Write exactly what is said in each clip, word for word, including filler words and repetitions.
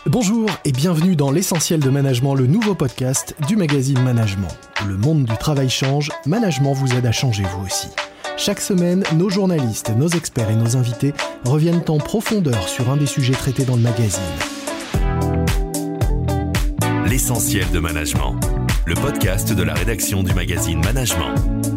Bonjour et bienvenue dans l'Essentiel de Management, le nouveau podcast du magazine Management. Le monde du travail change, Management vous aide à changer vous aussi. Chaque semaine, nos journalistes, nos experts et nos invités reviennent en profondeur sur un des sujets traités dans le magazine. L'Essentiel de Management, le podcast de la rédaction du magazine Management.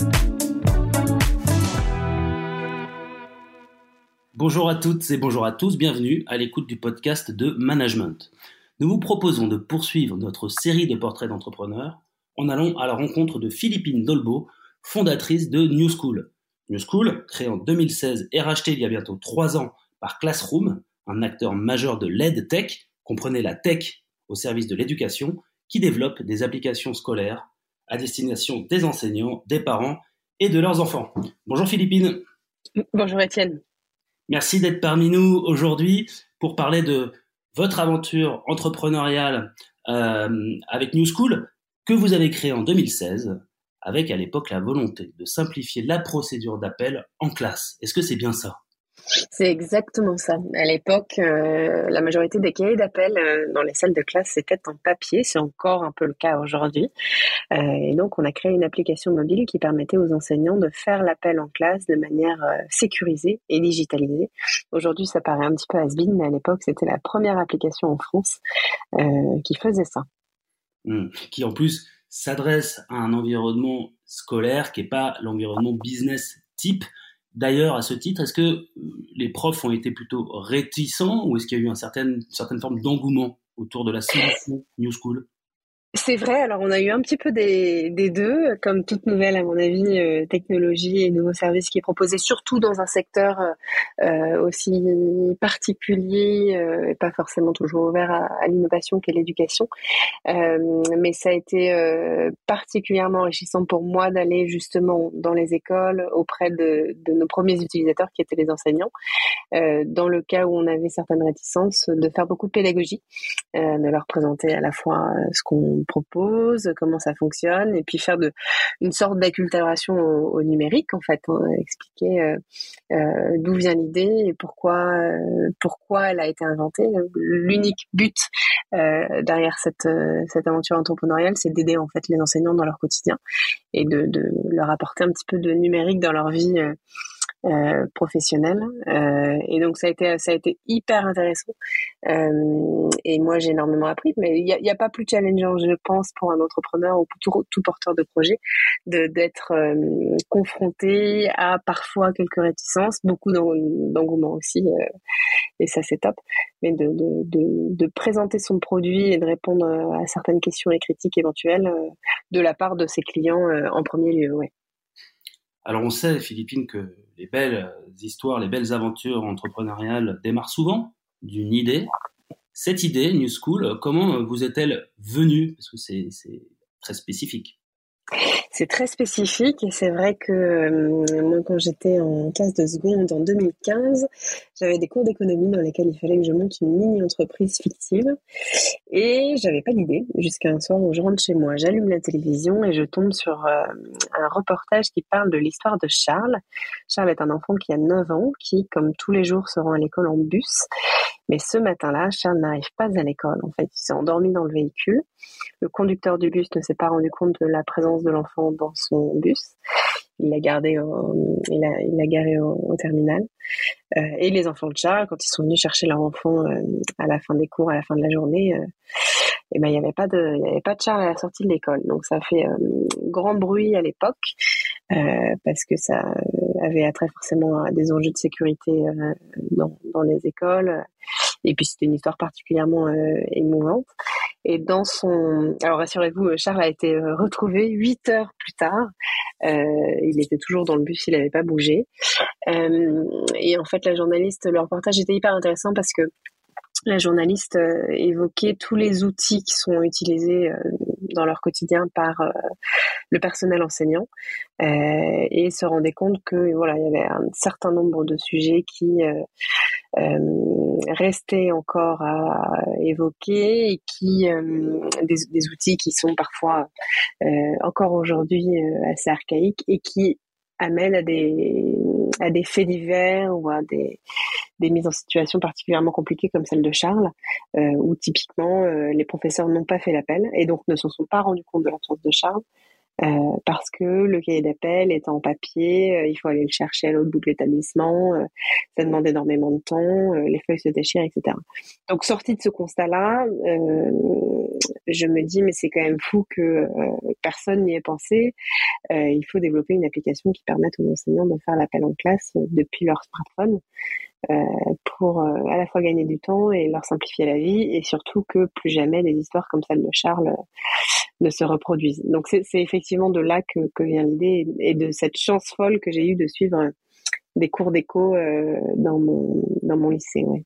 Bonjour à toutes et bonjour à tous, bienvenue à l'écoute du podcast de Management. Nous vous proposons de poursuivre notre série de portraits d'entrepreneurs en allant à la rencontre de Philippine Dolbeau, fondatrice de New School. New School, créée en deux mille seize et rachetée il y a bientôt trois ans par Classroom, un acteur majeur de l'EdTech, comprenez la tech au service de l'éducation, qui développe des applications scolaires à destination des enseignants, des parents et de leurs enfants. Bonjour Philippine. Bonjour Étienne. Merci d'être parmi nous aujourd'hui pour parler de votre aventure entrepreneuriale euh, avec New School que vous avez créée en deux mille seize avec à l'époque la volonté de simplifier la procédure d'appel en classe. Est-ce que c'est bien ça ? C'est exactement ça. À l'époque, euh, la majorité des cahiers d'appel euh, dans les salles de classe étaient en papier. C'est encore un peu le cas aujourd'hui. Euh, et donc, on a créé une application mobile qui permettait aux enseignants de faire l'appel en classe de manière euh, sécurisée et digitalisée. Aujourd'hui, ça paraît un petit peu has-been, mais à l'époque, c'était la première application en France euh, qui faisait ça. Mmh. Qui, en plus, s'adresse à un environnement scolaire qui n'est pas l'environnement business type. D'ailleurs, à ce titre, est-ce que les profs ont été plutôt réticents ou est-ce qu'il y a eu une certaine, certaine forme d'engouement autour de la solution New School ? C'est vrai, alors on a eu un petit peu des, des deux, comme toute nouvelle, à mon avis, euh, technologie et nouveaux services qui est proposé, surtout dans un secteur euh, aussi particulier euh, et pas forcément toujours ouvert à, à l'innovation qu'est l'éducation. Euh, mais ça a été euh, particulièrement enrichissant pour moi d'aller justement dans les écoles auprès de, de nos premiers utilisateurs qui étaient les enseignants. Euh, dans le cas où on avait certaines réticences, de faire beaucoup de pédagogie, euh, de leur présenter à la fois ce qu'on propose, comment ça fonctionne, et puis faire de une sorte d'acculturation au, au numérique en fait, hein, expliquer euh, euh, d'où vient l'idée et pourquoi euh, pourquoi elle a été inventée. L'unique but euh, derrière cette euh, cette aventure entrepreneuriale, c'est d'aider en fait les enseignants dans leur quotidien et de, de leur apporter un petit peu de numérique dans leur vie euh, Euh, professionnelle euh, et donc ça a été ça a été hyper intéressant euh, et moi j'ai énormément appris, mais il y a, y a pas plus challengeant, je pense, pour un entrepreneur ou pour tout, tout porteur de projet de d'être euh, confronté à parfois quelques réticences, beaucoup d'engouement aussi euh, et ça c'est top, mais de, de de de présenter son produit et de répondre à certaines questions et critiques éventuelles euh, de la part de ses clients euh, en premier lieu. Ouais. Alors on sait, Philippine, que les belles histoires, les belles aventures entrepreneuriales démarrent souvent d'une idée. Cette idée, New School, comment vous est-elle venue ? Parce que c'est, c'est très spécifique. C'est très spécifique et c'est vrai que euh, moi quand j'étais en classe de seconde en deux mille quinze, j'avais des cours d'économie dans lesquels il fallait que je monte une mini-entreprise fictive et j'avais pas d'idée jusqu'à un soir où je rentre chez moi, j'allume la télévision et je tombe sur euh, un reportage qui parle de l'histoire de Charles. Charles est un enfant qui a neuf ans, qui comme tous les jours se rend à l'école en bus. Mais ce matin-là, Charles n'arrive pas à l'école. En fait, il s'est endormi dans le véhicule. Le conducteur du bus ne s'est pas rendu compte de la présence de l'enfant dans son bus. Il l'a gardé, au, il l'a, il l'a garé au, au terminal. Euh, et les enfants de Charles, quand ils sont venus chercher leur enfant euh, à la fin des cours, à la fin de la journée, euh, et ben il y avait pas de, il y avait pas de Charles à la sortie de l'école. Donc ça a fait euh, grand bruit à l'époque euh, parce que ça avait attrait forcément à des enjeux de sécurité euh, dans, dans les écoles. Et puis c'était une histoire particulièrement euh, émouvante. Et dans son, alors rassurez-vous, Charles a été retrouvé huit heures plus tard. Euh, il était toujours dans le bus, il n'avait pas bougé. Euh, et en fait, la journaliste, le reportage était hyper intéressant parce que la journaliste euh, évoquait tous les outils qui sont utilisés euh, dans leur quotidien par euh, le personnel enseignant euh, et se rendait compte que voilà, il y avait un certain nombre de sujets qui euh, euh, restaient encore à évoquer et qui euh, des, des outils qui sont parfois euh, encore aujourd'hui euh, assez archaïques et qui amène à des à des faits divers ou à des des mises en situation particulièrement compliquées comme celle de Charles, euh, où typiquement euh, les professeurs n'ont pas fait l'appel et donc ne se sont pas rendus compte de l'absence de Charles. Euh, parce que le cahier d'appel est en papier, euh, il faut aller le chercher à l'autre bout de l'établissement, euh, ça demande énormément de temps, euh, les feuilles se déchirent, et cetera. Donc sortie de ce constat-là, euh, je me dis mais c'est quand même fou que euh, personne n'y ait pensé. Euh, il faut développer une application qui permette aux enseignants de faire l'appel en classe depuis leur smartphone. Euh, pour euh, à la fois gagner du temps et leur simplifier la vie, et surtout que plus jamais des histoires comme celle de Charles euh, ne se reproduisent. Donc c'est, c'est effectivement de là que, que vient l'idée, et de cette chance folle que j'ai eue de suivre des cours d'éco euh, dans mon dans mon lycée. Ouais.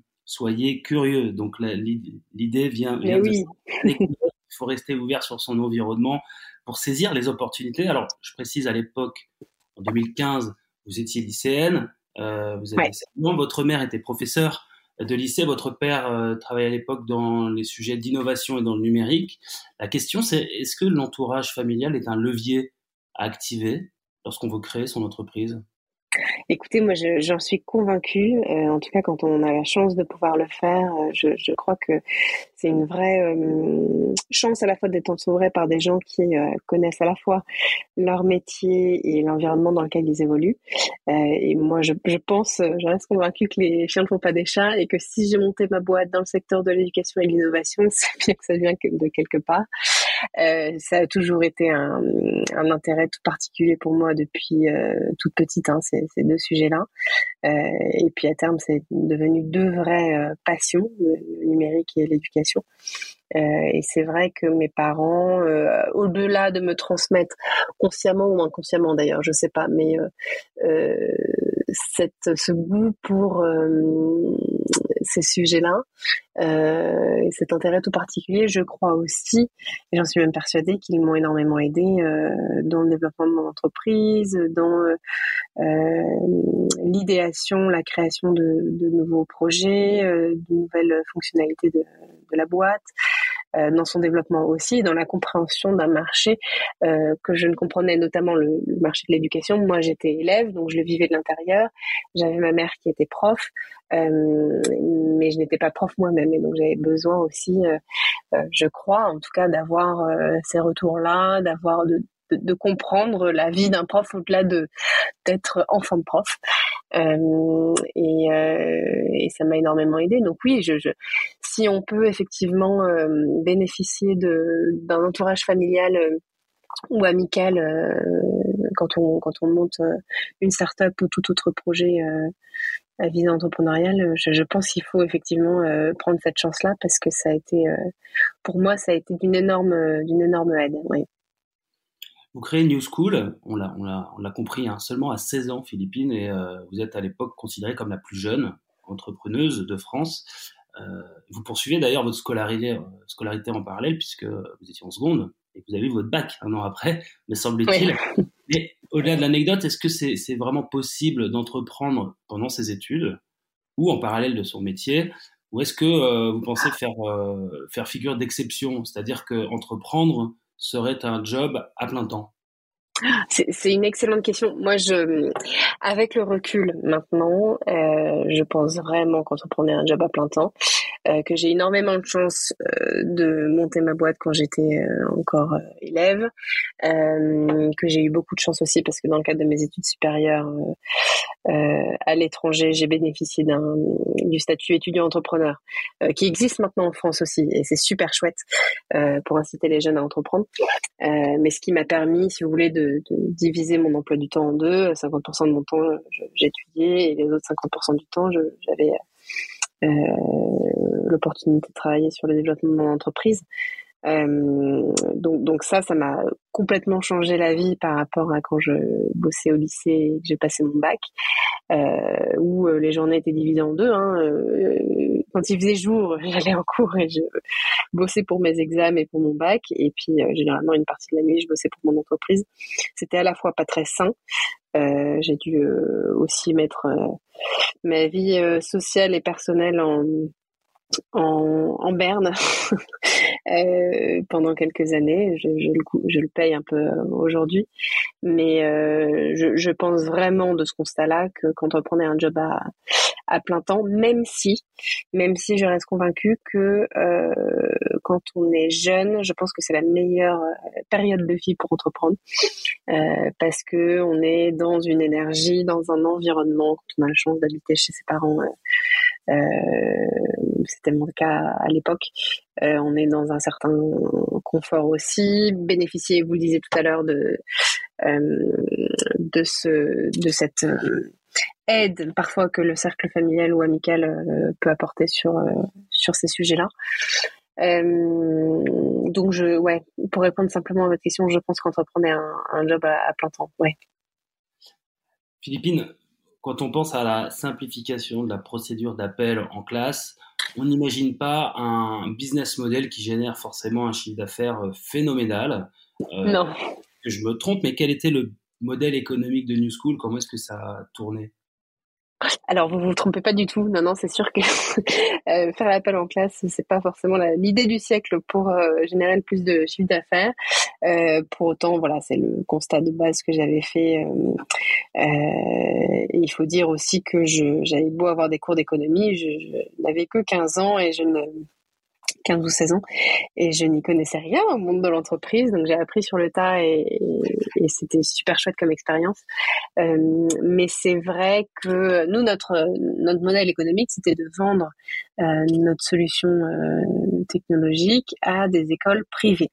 Soyez curieux. Donc la, l'idée vient, vient Mais de oui. ça. Il faut rester ouvert sur son environnement pour saisir les opportunités. Alors je précise, à l'époque, en deux mille quinze, vous étiez lycéenne. Euh, vous avez ouais. Votre mère était professeure de lycée, votre père euh, travaillait à l'époque dans les sujets d'innovation et dans le numérique. La question, c'est est-ce que l'entourage familial est un levier à activer lorsqu'on veut créer son entreprise ? Écoutez, moi, je, j'en suis convaincue. Euh, en tout cas, quand on a la chance de pouvoir le faire, euh, je, je crois que c'est une vraie euh, chance à la fois d'être entouré par des gens qui euh, connaissent à la fois leur métier et l'environnement dans lequel ils évoluent. Euh, et moi, je, je pense, je reste convaincue que les chiens ne font pas des chats et que si j'ai monté ma boîte dans le secteur de l'éducation et de l'innovation, c'est bien que ça vient de quelque part. Euh, ça a toujours été un, un intérêt tout particulier pour moi depuis euh, toute petite, hein, ces, ces deux sujets-là. Euh, et puis à terme, c'est devenu deux vraies euh, passions, le numérique et l'éducation. Euh, et c'est vrai que mes parents, euh, au-delà de me transmettre consciemment ou inconsciemment d'ailleurs, je sais pas, mais euh, euh, cette, ce goût pour euh, ces sujets-là, euh, et cet intérêt tout particulier, je crois aussi, et j'en suis même persuadée qu'ils m'ont énormément aidé euh, dans le développement de mon entreprise, dans euh, l'idéation, la création de, de nouveaux projets, euh, de nouvelles fonctionnalités de, de la boîte, euh, dans son développement aussi, dans la compréhension d'un marché euh, que je ne comprenais, notamment le, le marché de l'éducation. Moi, j'étais élève, donc je le vivais de l'intérieur. J'avais ma mère qui était prof, euh, mais je n'étais pas prof moi-même, et donc j'avais besoin aussi, euh, euh, je crois, en tout cas, d'avoir euh, ces retours-là, d'avoir de De, de comprendre la vie d'un prof au-delà de d'être enfant de prof, euh, et, euh, et ça m'a énormément aidé. Donc oui, je, je, si on peut effectivement euh, bénéficier de d'un entourage familial euh, ou amical euh, quand on quand on monte euh, une start-up ou tout autre projet euh, à visée entrepreneuriale, je, je pense qu'il faut effectivement euh, prendre cette chance-là, parce que ça a été, euh, pour moi, ça a été d'une énorme d'une énorme aide. Oui. Vous créez New School, on l'a, on l'a, on l'a compris, hein, seulement à seize ans, Philippine, et euh, vous êtes à l'époque considérée comme la plus jeune entrepreneuse de France. Euh, vous poursuivez d'ailleurs votre scolarité, scolarité en parallèle, puisque vous étiez en seconde et que vous avez eu votre bac un an après, me semble-t-il. Oui. Mais au-delà de l'anecdote, est-ce que c'est, c'est vraiment possible d'entreprendre pendant ses études ou en parallèle de son métier, ou est-ce que euh, vous pensez faire, euh, faire figure d'exception, c'est-à-dire qu'entreprendre serait un job à plein temps? C'est, c'est une excellente question. Moi, je, avec le recul maintenant, euh, je pense vraiment qu'entreprendre un job à plein temps, euh, que j'ai énormément de chance euh, de monter ma boîte quand j'étais euh, encore euh, élève, euh, que j'ai eu beaucoup de chance aussi parce que dans le cadre de mes études supérieures euh, euh, à l'étranger, j'ai bénéficié d'un du statut étudiant-entrepreneur euh, qui existe maintenant en France aussi, et c'est super chouette euh, pour inciter les jeunes à entreprendre. Euh, mais ce qui m'a permis, si vous voulez, de, de diviser mon emploi du temps en deux. cinquante pour cent de mon temps, je, j'étudiais, et les autres cinquante pour cent du temps, je, j'avais euh, l'opportunité de travailler sur le développement de mon entreprise. Euh, donc, donc ça, ça m'a complètement changé la vie par rapport à quand je bossais au lycée et que j'ai passé mon bac, euh, où euh, les journées étaient divisées en deux. Hein. Euh, quand il faisait jour, j'allais en cours et je bossais pour mes examens et pour mon bac. Et puis, euh, généralement, une partie de la nuit, je bossais pour mon entreprise. C'était à la fois pas très sain. Euh, j'ai dû euh, aussi mettre euh, ma vie euh, sociale et personnelle en en, en berne euh, pendant quelques années. Je, je, le, je le paye un peu aujourd'hui, Mais euh, je, je pense vraiment de ce constat-là que quand on prenait un job à, à plein temps, même si, même si je reste convaincue que euh, quand on est jeune, je pense que c'est la meilleure période de vie pour entreprendre, euh, parce que on est dans une énergie, dans un environnement, quand on a la chance d'habiter chez ses parents. Euh, Euh, c'était mon cas à l'époque. Euh, on est dans un certain confort aussi, bénéficier, vous le disiez tout à l'heure, de euh, de ce de cette euh, aide parfois que le cercle familial ou amical euh, peut apporter sur euh, sur ces sujets-là. Euh, donc je ouais, pour répondre simplement à votre question, je pense qu'entreprendre un, un job à, à plein temps. Ouais. Philippine, quand on pense à la simplification de la procédure d'appel en classe, on n'imagine pas un business model qui génère forcément un chiffre d'affaires phénoménal. Euh, non. Que je me trompe, mais quel était le modèle économique de New School? Comment est-ce que ça a tourné? Alors, vous vous trompez pas du tout. Non, non, c'est sûr que euh, faire l'appel en classe, c'est pas forcément la, l'idée du siècle pour euh, générer le plus de chiffre d'affaires. Euh, pour autant, voilà, c'est le constat de base que j'avais fait. Euh, euh, et il faut dire aussi que je, j'avais beau avoir des cours d'économie, je, je n'avais que quinze ans et je ne quinze ou seize ans et je n'y connaissais rien au monde de l'entreprise, donc j'ai appris sur le tas et, et, et c'était super chouette comme expérience. Euh, mais c'est vrai que nous, notre notre modèle économique, c'était de vendre euh, notre solution euh, technologique à des écoles privées.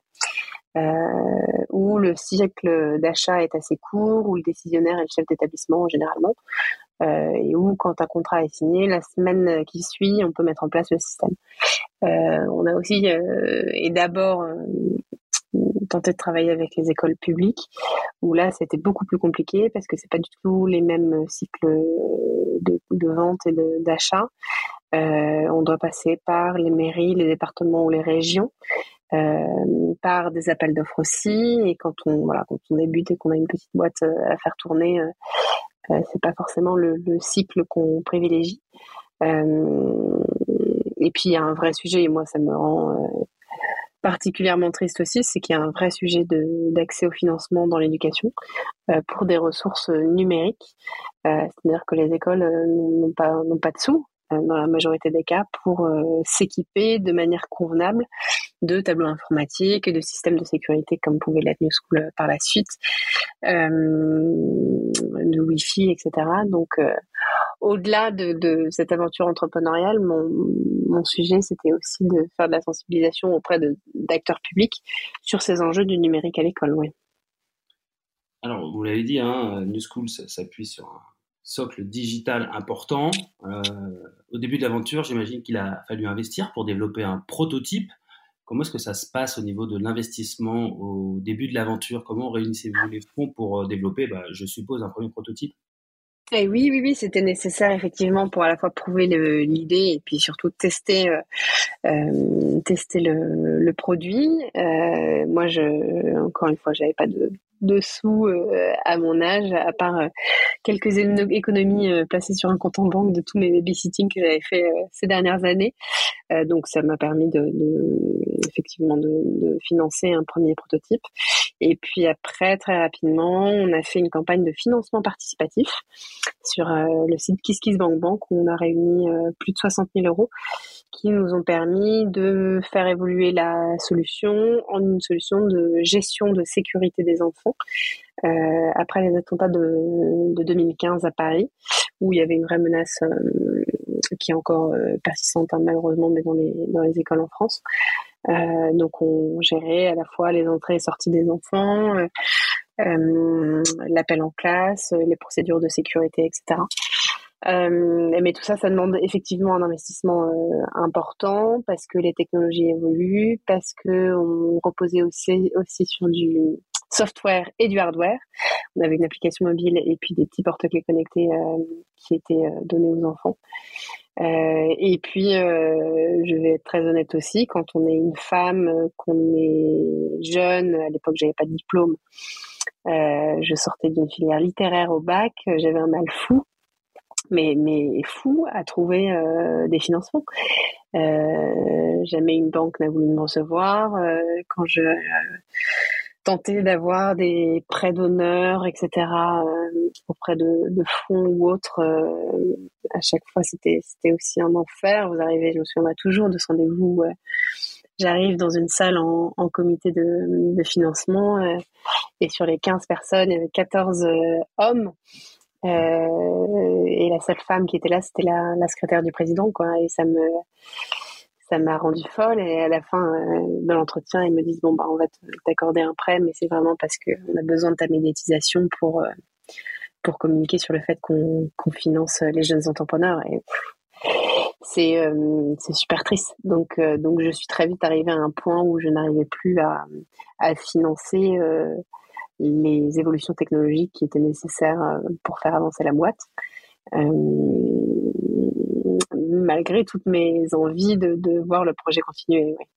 Euh, où le cycle d'achat est assez court, où le décisionnaire est le chef d'établissement généralement, euh, et où quand un contrat est signé, la semaine qui suit, on peut mettre en place le système. Euh, on a aussi, euh, et d'abord, euh, tenté de travailler avec les écoles publiques, où là, c'était beaucoup plus compliqué parce que c'est pas du tout les mêmes cycles de, de vente et de, d'achat. Euh, on doit passer par les mairies, les départements ou les régions. Euh, par des appels d'offres aussi, et quand on voilà quand on débute et qu'on a une petite boîte à faire tourner, euh, euh, c'est pas forcément le, le cycle qu'on privilégie. Euh, et puis il y a un vrai sujet, et moi ça me rend euh, particulièrement triste aussi, c'est qu'il y a un vrai sujet de, d'accès au financement dans l'éducation euh, pour des ressources numériques. Euh, c'est-à-dire que les écoles euh, n'ont pas n'ont pas de sous dans la majorité des cas pour euh, s'équiper de manière convenable de tableaux informatiques et de systèmes de sécurité comme pouvait l'être New School par la suite, euh, de Wi-Fi, et cetera. Donc, euh, au-delà de, de cette aventure entrepreneuriale, mon, mon sujet, c'était aussi de faire de la sensibilisation auprès de, d'acteurs publics sur ces enjeux du numérique à l'école. Oui. Alors, vous l'avez dit, hein, New School s'appuie sur un socle digital important. Euh, au début de l'aventure, j'imagine qu'il a fallu investir pour développer un prototype. Comment est-ce que ça se passe au niveau de l'investissement au début de l'aventure? Comment réunissez-vous les fonds pour développer, bah, je suppose, un premier prototype? Et oui, oui, oui, c'était nécessaire effectivement pour à la fois prouver le, l'idée et puis surtout tester, euh, euh, tester le, le produit. Euh, moi, je, encore une fois, j'avais pas de de sous euh, à mon âge, à part euh, quelques économies euh, placées sur un compte en banque de tous mes babysitting que j'avais fait euh, ces dernières années. Euh, donc ça m'a permis de, de effectivement de, de financer un premier prototype. Et puis après, très rapidement, on a fait une campagne de financement participatif sur euh, le site KissKissBankBank où on a réuni euh, plus de soixante mille euros qui nous ont permis de faire évoluer la solution en une solution de gestion de sécurité des enfants euh, après les attentats de, de deux mille quinze à Paris, où il y avait une vraie menace euh, qui est encore euh, persistante hein, malheureusement, mais dans les, dans les écoles en France. Euh, donc on gérait à la fois les entrées et sorties des enfants, euh, euh, l'appel en classe, les procédures de sécurité, et cetera. Euh, mais tout ça, ça demande effectivement un investissement euh, important parce que les technologies évoluent, parce que on reposait aussi aussi sur du software et du hardware. On avait une application mobile et puis des petits porte-clés connectés euh, qui étaient euh, donnés aux enfants. Euh, et puis, euh, je vais être très honnête aussi, quand on est une femme, qu'on est jeune, à l'époque j'avais pas de diplôme, euh, je sortais d'une filière littéraire au bac, j'avais un mal fou. Mais, mais fou à trouver euh, des financements. Euh, jamais une banque n'a voulu me recevoir. Euh, quand je euh, tenter d'avoir des prêts d'honneur, et cetera, euh, auprès de, de fonds ou autres. Euh, à chaque fois, c'était, c'était aussi un enfer. Vous arrivez, je me souviendrai toujours de ce rendez-vous. Euh, j'arrive dans une salle en, en comité de, de financement euh, et sur les quinze personnes, il y avait quatorze euh, hommes. Euh, et la seule femme qui était là, c'était la, la secrétaire du président, quoi. Et ça me, ça m'a rendue folle. Et à la fin euh, de l'entretien, ils me disent bon bah on va t'accorder un prêt, mais c'est vraiment parce que on a besoin de ta médiatisation pour euh, pour communiquer sur le fait qu'on, qu'on finance les jeunes entrepreneurs. Et pff, c'est euh, c'est super triste. Donc euh, donc je suis très vite arrivée à un point où je n'arrivais plus à à financer euh, les évolutions technologiques qui étaient nécessaires pour faire avancer la boîte. Euh, malgré toutes mes envies de, de voir le projet continuer. Ouais.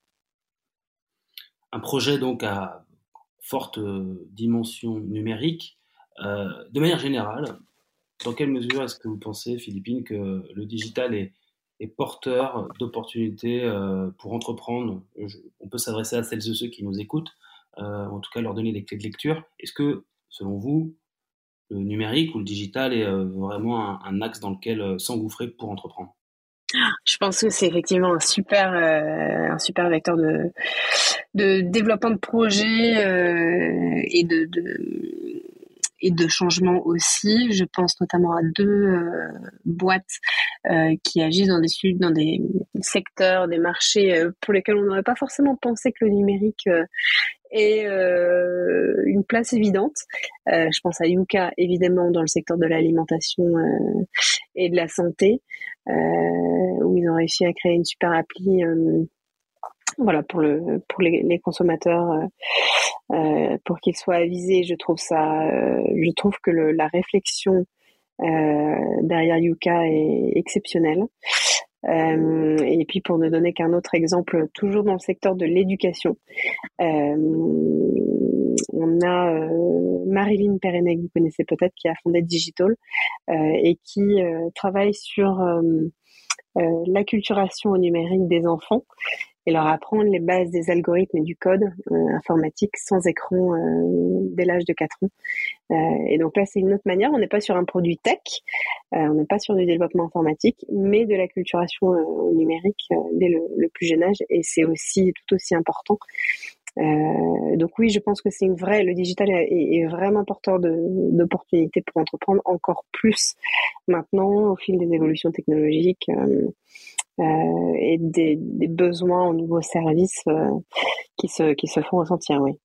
Un projet donc à forte dimension numérique. Euh, de manière générale, dans quelle mesure est-ce que vous pensez, Philippine, que le digital est, est porteur d'opportunités euh, pour entreprendre? Je, on peut s'adresser à celles et ceux qui nous écoutent, euh, en tout cas leur donner des clés de lecture. Est-ce que, selon vous, le numérique ou le digital est euh, vraiment un, un axe dans lequel euh, s'engouffrer pour entreprendre? Je pense que c'est effectivement un super, euh, un super vecteur de, de développement de projets euh, et de, de et de changement aussi. Je pense notamment à deux euh, boîtes euh, qui agissent dans des dans des secteurs, des marchés euh, pour lesquels on n'aurait pas forcément pensé que le numérique euh, ait euh, une place évidente. Euh, je pense à Yuka, évidemment, dans le secteur de l'alimentation euh, et de la santé, euh, où ils ont réussi à créer une super appli euh, voilà, pour le pour les, les consommateurs, euh, euh, pour qu'ils soient avisés. Je trouve ça, euh, je trouve que le, la réflexion euh, derrière Yuka est exceptionnelle. Euh, et puis pour ne donner qu'un autre exemple, toujours dans le secteur de l'éducation, euh, on a euh, Marilyn Perrenay, que vous connaissez peut-être, qui a fondé Digital euh, et qui euh, travaille sur euh, euh, l'acculturation au numérique des enfants et leur apprendre les bases des algorithmes et du code euh, informatique sans écran euh, dès l'âge de quatre ans. Euh, et donc là, c'est une autre manière. On n'est pas sur un produit tech, euh, on n'est pas sur du développement informatique, mais de l'acculturation euh, au numérique euh, dès le, le plus jeune âge. Et c'est aussi tout aussi important. Euh, donc oui, je pense que c'est une vraie. Le digital est, est vraiment porteur de, d'opportunités pour entreprendre encore plus maintenant au fil des évolutions technologiques. Euh, Euh, et des, des besoins au nouveaux services euh, qui, se, qui se font ressentir, oui.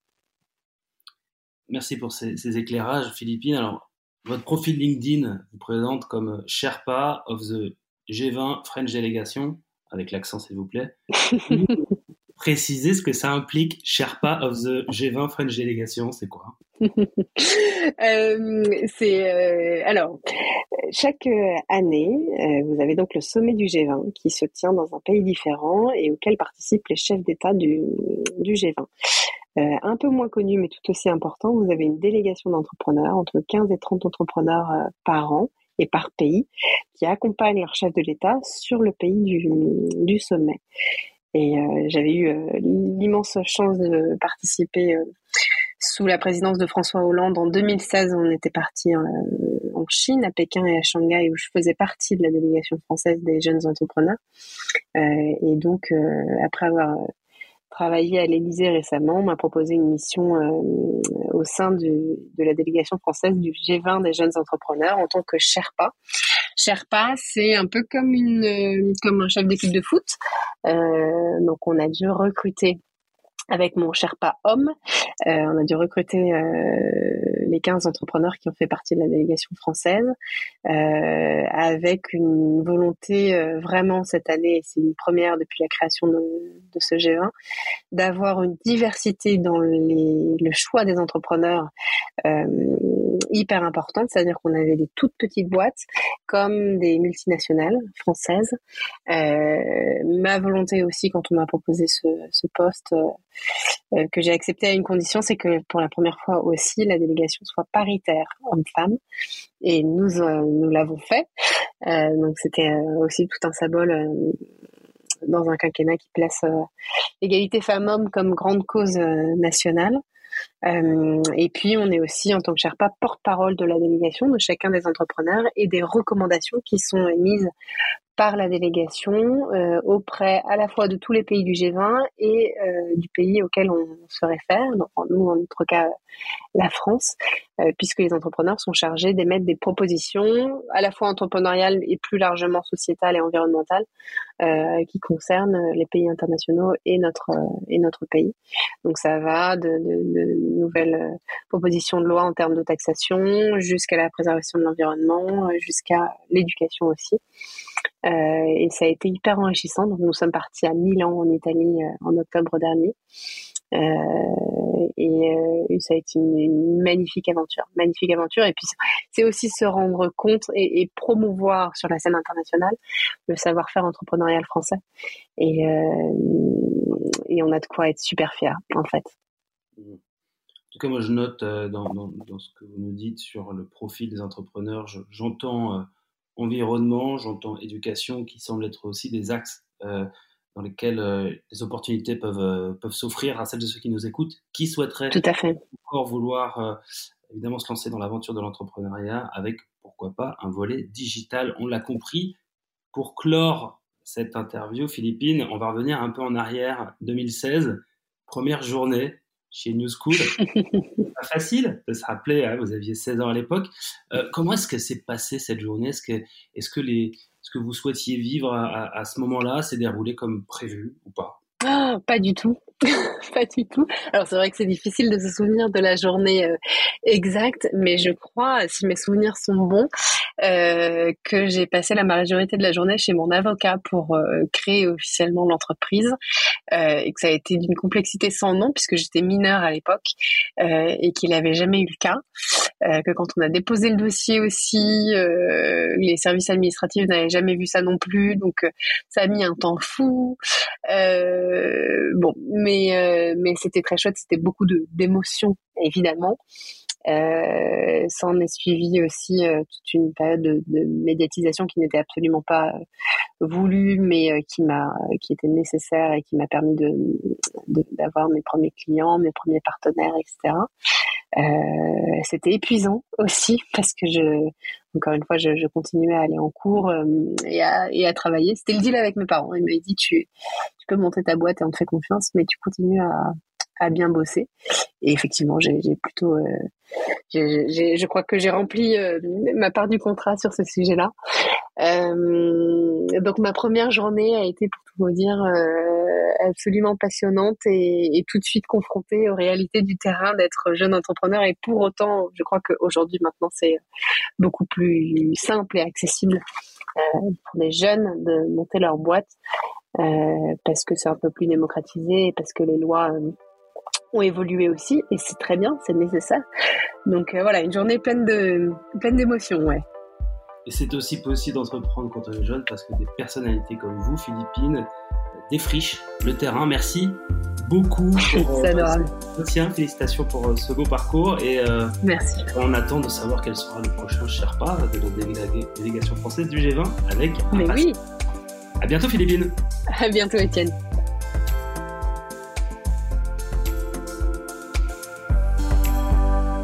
Merci pour ces, ces éclairages, Philippine. Alors, votre profil LinkedIn vous présente comme Sherpa of the G vingt French Delegation, avec l'accent s'il vous plaît. Précisez ce que ça implique, Sherpa of the G vingt French Delegation, c'est quoi? euh, c'est euh, alors chaque année, euh, vous avez donc le sommet du G vingt qui se tient dans un pays différent et auquel participent les chefs d'État du, du G vingt. Euh, un peu moins connu mais tout aussi important, vous avez une délégation d'entrepreneurs, entre quinze et trente entrepreneurs euh, par an et par pays, qui accompagnent leur chef de l'État sur le pays du, du sommet. Et euh, j'avais eu euh, l'immense chance de participer euh, sous la présidence de François Hollande. En deux mille seize, on était parti euh, en Chine, à Pékin et à Shanghai, où je faisais partie de la délégation française des jeunes entrepreneurs. Euh, et donc, euh, après avoir travaillé à l'Élysée récemment, on m'a proposé une mission euh, au sein du, de la délégation française du G vingt des jeunes entrepreneurs en tant que Sherpa. Sherpa, c'est un peu comme une comme un chef d'équipe de foot. Euh, donc, on a dû recruter avec mon Sherpa homme, euh, on a dû recruter euh, les quinze entrepreneurs qui ont fait partie de la délégation française, euh, avec une volonté euh, vraiment cette année, et c'est une première depuis la création de, de ce G vingt, d'avoir une diversité dans les, le choix des entrepreneurs euh, hyper importante, c'est-à-dire qu'on avait des toutes petites boîtes comme des multinationales françaises. Euh, ma volonté aussi, quand on m'a proposé ce, ce poste, euh, que j'ai accepté à une condition, c'est que pour la première fois aussi, la délégation soit paritaire homme-femme. Et nous, euh, nous l'avons fait. Euh, donc c'était aussi tout un symbole euh, dans un quinquennat qui place euh, l'égalité femmes-hommes comme grande cause euh, nationale. Euh, et puis, on est aussi, en tant que Sherpa, porte-parole de la délégation de chacun des entrepreneurs et des recommandations qui sont émises par la délégation euh, auprès à la fois de tous les pays du G vingt et euh, du pays auquel on se réfère, donc nous en notre cas la France, euh, puisque les entrepreneurs sont chargés d'émettre des propositions à la fois entrepreneuriales et plus largement sociétales et environnementales euh, qui concernent les pays internationaux et notre euh, et notre pays. Donc ça va de, de, de nouvelles propositions de loi en termes de taxation jusqu'à la préservation de l'environnement, jusqu'à l'éducation aussi. Euh, et ça a été hyper enrichissant. Donc nous sommes partis à Milan en Italie euh, en octobre dernier. Euh, et, euh, et ça a été une, une magnifique aventure, magnifique aventure. Et puis c'est aussi se rendre compte et, et promouvoir sur la scène internationale le savoir-faire entrepreneurial français. Et, euh, et on a de quoi être super fiers, en fait. En tout cas, moi je note euh, dans, dans, dans ce que vous nous dites sur le profil des entrepreneurs, je, j'entends euh, environnement, j'entends éducation, qui semblent être aussi des axes euh, dans lesquels euh, les opportunités peuvent, euh, peuvent s'offrir à celles de ceux qui nous écoutent, qui souhaiteraient Tout à fait. encore vouloir euh, évidemment se lancer dans l'aventure de l'entrepreneuriat avec, pourquoi pas, un volet digital. On l'a compris. Pour clore cette interview, Philippine, on va revenir un peu en arrière, deux mille seize, première journée chez New School. C'est pas facile de se rappeler, hein, vous aviez seize ans à l'époque. Euh, comment est-ce que s'est passée cette journée ? Est-ce que, est-ce que les, ce que vous souhaitiez vivre à, à, à ce moment-là s'est déroulé comme prévu ou pas ? Ah, pas du tout. Pas du tout. Alors c'est vrai que c'est difficile de se souvenir de la journée euh, exacte, mais je crois, si mes souvenirs sont bons, euh, que j'ai passé la majorité de la journée chez mon avocat pour euh, créer officiellement l'entreprise, euh, et que ça a été d'une complexité sans nom puisque j'étais mineure à l'époque euh, et qu'il n'avait jamais eu le cas. Euh, que quand on a déposé le dossier aussi, euh, les services administratifs n'avaient jamais vu ça non plus, donc euh, ça a mis un temps fou. Euh, bon, mais euh, mais c'était très chouette, c'était beaucoup de d'émotions évidemment. Euh, ça en est suivi aussi euh, toute une période de, de médiatisation qui n'était absolument pas euh, voulue, mais euh, qui m'a, qui était nécessaire et qui m'a permis de, de d'avoir mes premiers clients, mes premiers partenaires, et cetera. Euh, c'était épuisant aussi parce que je, encore une fois, je, je continuais à aller en cours euh, et, à, et à travailler. C'était le deal avec mes parents. Ils m'avaient dit tu, tu peux monter ta boîte et on te fait confiance, mais tu continues à, à bien bosser. Et effectivement, j'ai, j'ai plutôt, euh, j'ai, j'ai, je crois que j'ai rempli euh, ma part du contrat sur ce sujet-là. Euh, donc ma première journée a été, pour tout vous dire, euh, absolument passionnante et, et tout de suite confrontée aux réalités du terrain d'être jeune entrepreneur. Et pour autant, je crois qu'aujourd'hui, maintenant, c'est beaucoup plus simple et accessible euh, pour des jeunes de monter leur boîte euh, parce que c'est un peu plus démocratisé, parce que les lois euh, ont évolué aussi, et c'est très bien, c'est nécessaire. Donc euh, voilà, une journée pleine de pleine d'émotions, ouais. Et c'est aussi possible d'entreprendre quand on est jeune parce que des personnalités comme vous, Philippine, défrichent le terrain. Merci beaucoup pour c'est adorable. Euh, tiens, félicitations pour euh, ce beau parcours et euh, merci. On attend de savoir quel sera le prochain Sherpa de la délégation française du G vingt avec Mais impatience. oui. À bientôt Philippine. À bientôt Étienne.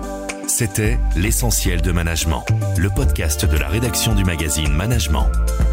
C'était L'Essentiel de Management, le podcast de la rédaction du magazine Management.